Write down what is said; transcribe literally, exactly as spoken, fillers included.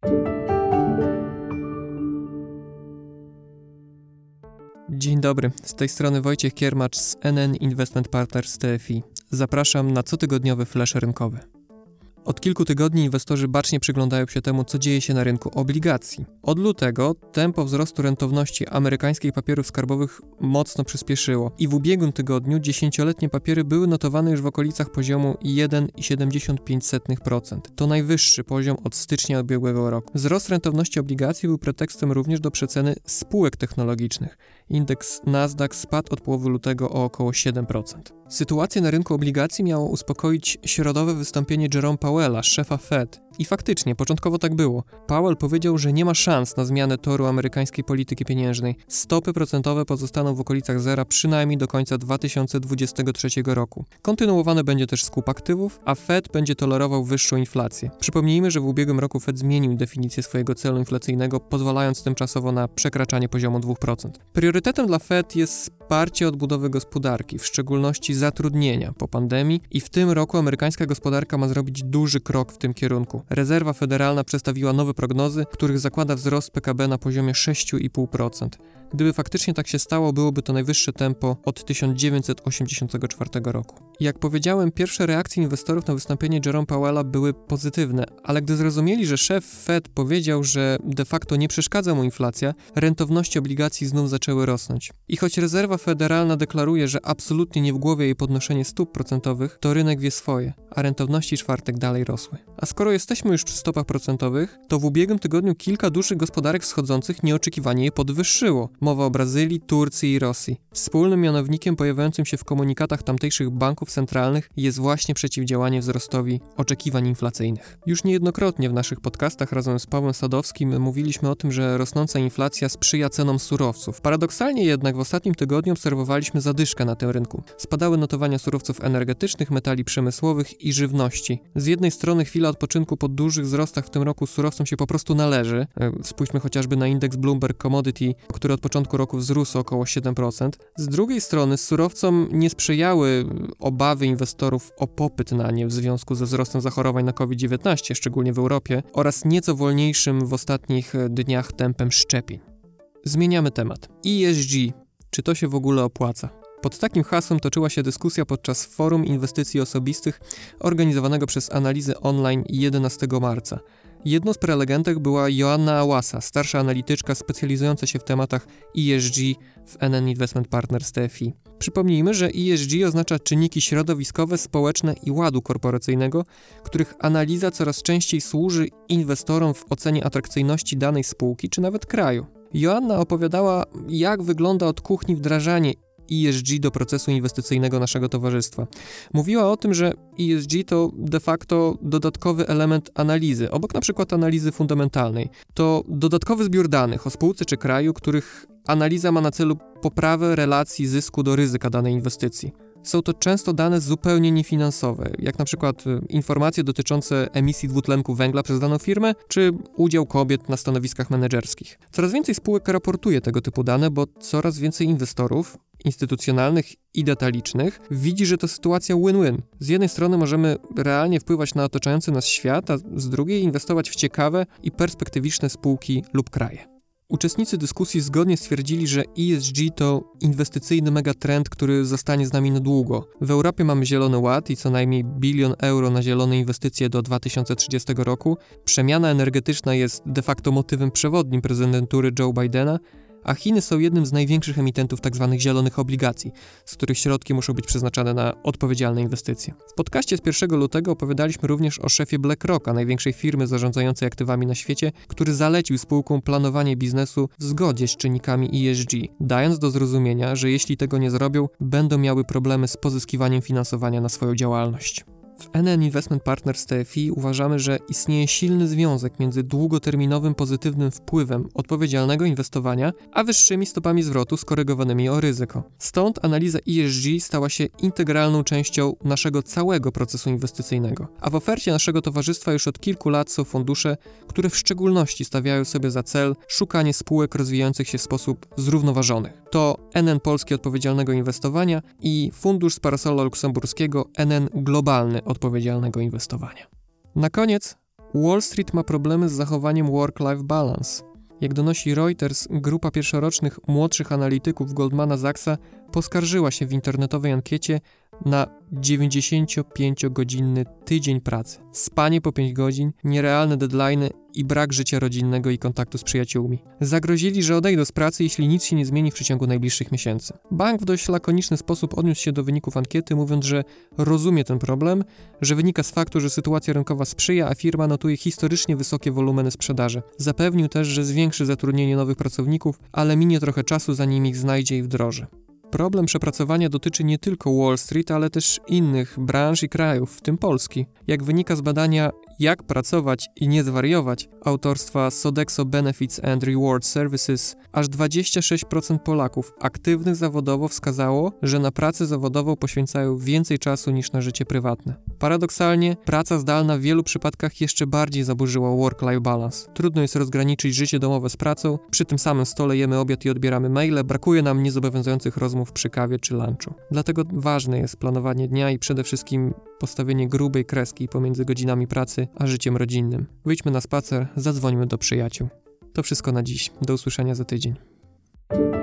Dzień dobry, z tej strony Wojciech Kiermacz z N N Investment Partners T F I. Zapraszam na cotygodniowy flash rynkowy. Od kilku tygodni inwestorzy bacznie przyglądają się temu, co dzieje się na rynku obligacji. Od lutego tempo wzrostu rentowności amerykańskich papierów skarbowych mocno przyspieszyło i w ubiegłym tygodniu dziesięcioletnie papiery były notowane już w okolicach poziomu jeden przecinek siedemdziesiąt pięć procent. To najwyższy poziom od stycznia ubiegłego roku. Wzrost rentowności obligacji był pretekstem również do przeceny spółek technologicznych. Indeks Nasdaq spadł od połowy lutego o około siedem procent. Sytuację na rynku obligacji miało uspokoić środowe wystąpienie Jerome Powella, szefa Fed. I faktycznie, początkowo tak było. Powell powiedział, że nie ma szans na zmianę toru amerykańskiej polityki pieniężnej. Stopy procentowe pozostaną w okolicach zera przynajmniej do końca dwa tysiące dwudziestego trzeciego roku. Kontynuowany będzie też skup aktywów, a Fed będzie tolerował wyższą inflację. Przypomnijmy, że w ubiegłym roku Fed zmienił definicję swojego celu inflacyjnego, pozwalając tymczasowo na przekraczanie poziomu dwa procent. Priorytetem dla Fed jest wsparcie odbudowy gospodarki, w szczególności zatrudnienia po pandemii i w tym roku amerykańska gospodarka ma zrobić duży krok w tym kierunku. Rezerwa Federalna przedstawiła nowe prognozy, w których zakłada wzrost P K B na poziomie sześć przecinek pięć procent. Gdyby faktycznie tak się stało, byłoby to najwyższe tempo od tysiąc dziewięćset osiemdziesiątego czwartego roku. Jak powiedziałem, pierwsze reakcje inwestorów na wystąpienie Jerome Powella były pozytywne, ale gdy zrozumieli, że szef Fed powiedział, że de facto nie przeszkadza mu inflacja, rentowności obligacji znów zaczęły rosnąć. I choć rezerwa federalna deklaruje, że absolutnie nie w głowie jej podnoszenie stóp procentowych, to rynek wie swoje, a rentowności czwartek dalej rosły. A skoro jesteśmy już przy stopach procentowych, to w ubiegłym tygodniu kilka dużych gospodarek wschodzących nieoczekiwanie je podwyższyło. Mowa o Brazylii, Turcji i Rosji. Wspólnym mianownikiem pojawiającym się w komunikatach tamtejszych banków centralnych jest właśnie przeciwdziałanie wzrostowi oczekiwań inflacyjnych. Już niejednokrotnie w naszych podcastach razem z Pawłem Sadowskim mówiliśmy o tym, że rosnąca inflacja sprzyja cenom surowców. Paradoksalnie jednak w ostatnim tygodniu obserwowaliśmy zadyszkę na tym rynku. Spadały notowania surowców energetycznych, metali przemysłowych i żywności. Z jednej strony chwila odpoczynku po dużych wzrostach w tym roku surowcom się po prostu należy. Spójrzmy chociażby na indeks Bloomberg Commodity, który od początku roku wzrósł około siedem procent. Z drugiej strony surowcom nie sprzyjały obawy inwestorów o popyt na nie w związku ze wzrostem zachorowań na COVID dziewiętnaście, szczególnie w Europie, oraz nieco wolniejszym w ostatnich dniach tempem szczepień. Zmieniamy temat. E S G. Czy to się w ogóle opłaca? Pod takim hasłem toczyła się dyskusja podczas Forum Inwestycji Osobistych organizowanego przez Analizy Online jedenastego marca. Jedną z prelegentek była Joanna Ałasa, starsza analityczka specjalizująca się w tematach E S G w N N Investment Partners T F I. Przypomnijmy, że E S G oznacza czynniki środowiskowe, społeczne i ładu korporacyjnego, których analiza coraz częściej służy inwestorom w ocenie atrakcyjności danej spółki czy nawet kraju. Joanna opowiadała, jak wygląda od kuchni wdrażanie E S G do procesu inwestycyjnego naszego towarzystwa. Mówiła o tym, że E S G to de facto dodatkowy element analizy, obok na przykład analizy fundamentalnej. To dodatkowy zbiór danych o spółce czy kraju, których analiza ma na celu poprawę relacji zysku do ryzyka danej inwestycji. Są to często dane zupełnie niefinansowe, jak na przykład informacje dotyczące emisji dwutlenku węgla przez daną firmę, czy udział kobiet na stanowiskach menedżerskich. Coraz więcej spółek raportuje tego typu dane, bo coraz więcej inwestorów instytucjonalnych i detalicznych widzi, że to sytuacja win-win. Z jednej strony możemy realnie wpływać na otaczający nas świat, a z drugiej inwestować w ciekawe i perspektywiczne spółki lub kraje. Uczestnicy dyskusji zgodnie stwierdzili, że E S G to inwestycyjny megatrend, który zostanie z nami na długo. W Europie mamy Zielony Ład i co najmniej bilion euro na zielone inwestycje do dwa tysiące trzydziestego roku. Przemiana energetyczna jest de facto motywem przewodnim prezydentury Joe Bidena, a Chiny są jednym z największych emitentów tzw. zielonych obligacji, z których środki muszą być przeznaczane na odpowiedzialne inwestycje. W podcaście z pierwszego lutego opowiadaliśmy również o szefie BlackRocka, największej firmy zarządzającej aktywami na świecie, który zalecił spółkom planowanie biznesu w zgodzie z czynnikami E S G, dając do zrozumienia, że jeśli tego nie zrobią, będą miały problemy z pozyskiwaniem finansowania na swoją działalność. W N N Investment Partners T F I uważamy, że istnieje silny związek między długoterminowym pozytywnym wpływem odpowiedzialnego inwestowania, a wyższymi stopami zwrotu skorygowanymi o ryzyko. Stąd analiza E S G stała się integralną częścią naszego całego procesu inwestycyjnego. A w ofercie naszego towarzystwa już od kilku lat są fundusze, które w szczególności stawiają sobie za cel szukanie spółek rozwijających się w sposób zrównoważony. To N N Polskie Odpowiedzialnego Inwestowania i fundusz z parasola luksemburskiego N N Globalny Odpowiedzialnego Inwestowania. Na koniec Wall Street ma problemy z zachowaniem work-life balance. Jak donosi Reuters, grupa pierwszorocznych młodszych analityków Goldmana Sachsa poskarżyła się w internetowej ankiecie na dziewięćdziesięciopięciogodzinny tydzień pracy. Spanie po pięć godzin, nierealne deadline'y i brak życia rodzinnego i kontaktu z przyjaciółmi. Zagrozili, że odejdą z pracy, jeśli nic się nie zmieni w przeciągu najbliższych miesięcy. Bank w dość lakoniczny sposób odniósł się do wyników ankiety, mówiąc, że rozumie ten problem, że wynika z faktu, że sytuacja rynkowa sprzyja, a firma notuje historycznie wysokie wolumeny sprzedaży. Zapewnił też, że zwiększy zatrudnienie nowych pracowników, ale minie trochę czasu, zanim ich znajdzie i wdroży. Problem przepracowania dotyczy nie tylko Wall Street, ale też innych branż i krajów, w tym Polski. Jak wynika z badania Jak pracować i nie zwariować autorstwa Sodexo Benefits and Reward Services, aż dwadzieścia sześć procent Polaków aktywnych zawodowo wskazało, że na pracę zawodową poświęcają więcej czasu niż na życie prywatne. Paradoksalnie, praca zdalna w wielu przypadkach jeszcze bardziej zaburzyła work-life balance. Trudno jest rozgraniczyć życie domowe z pracą, przy tym samym stole jemy obiad i odbieramy maile, brakuje nam niezobowiązujących rozmów przy kawie czy lunchu. Dlatego ważne jest planowanie dnia i przede wszystkim postawienie grubej kreski pomiędzy godzinami pracy a życiem rodzinnym. Wyjdźmy na spacer, zadzwońmy do przyjaciół. To wszystko na dziś. Do usłyszenia za tydzień.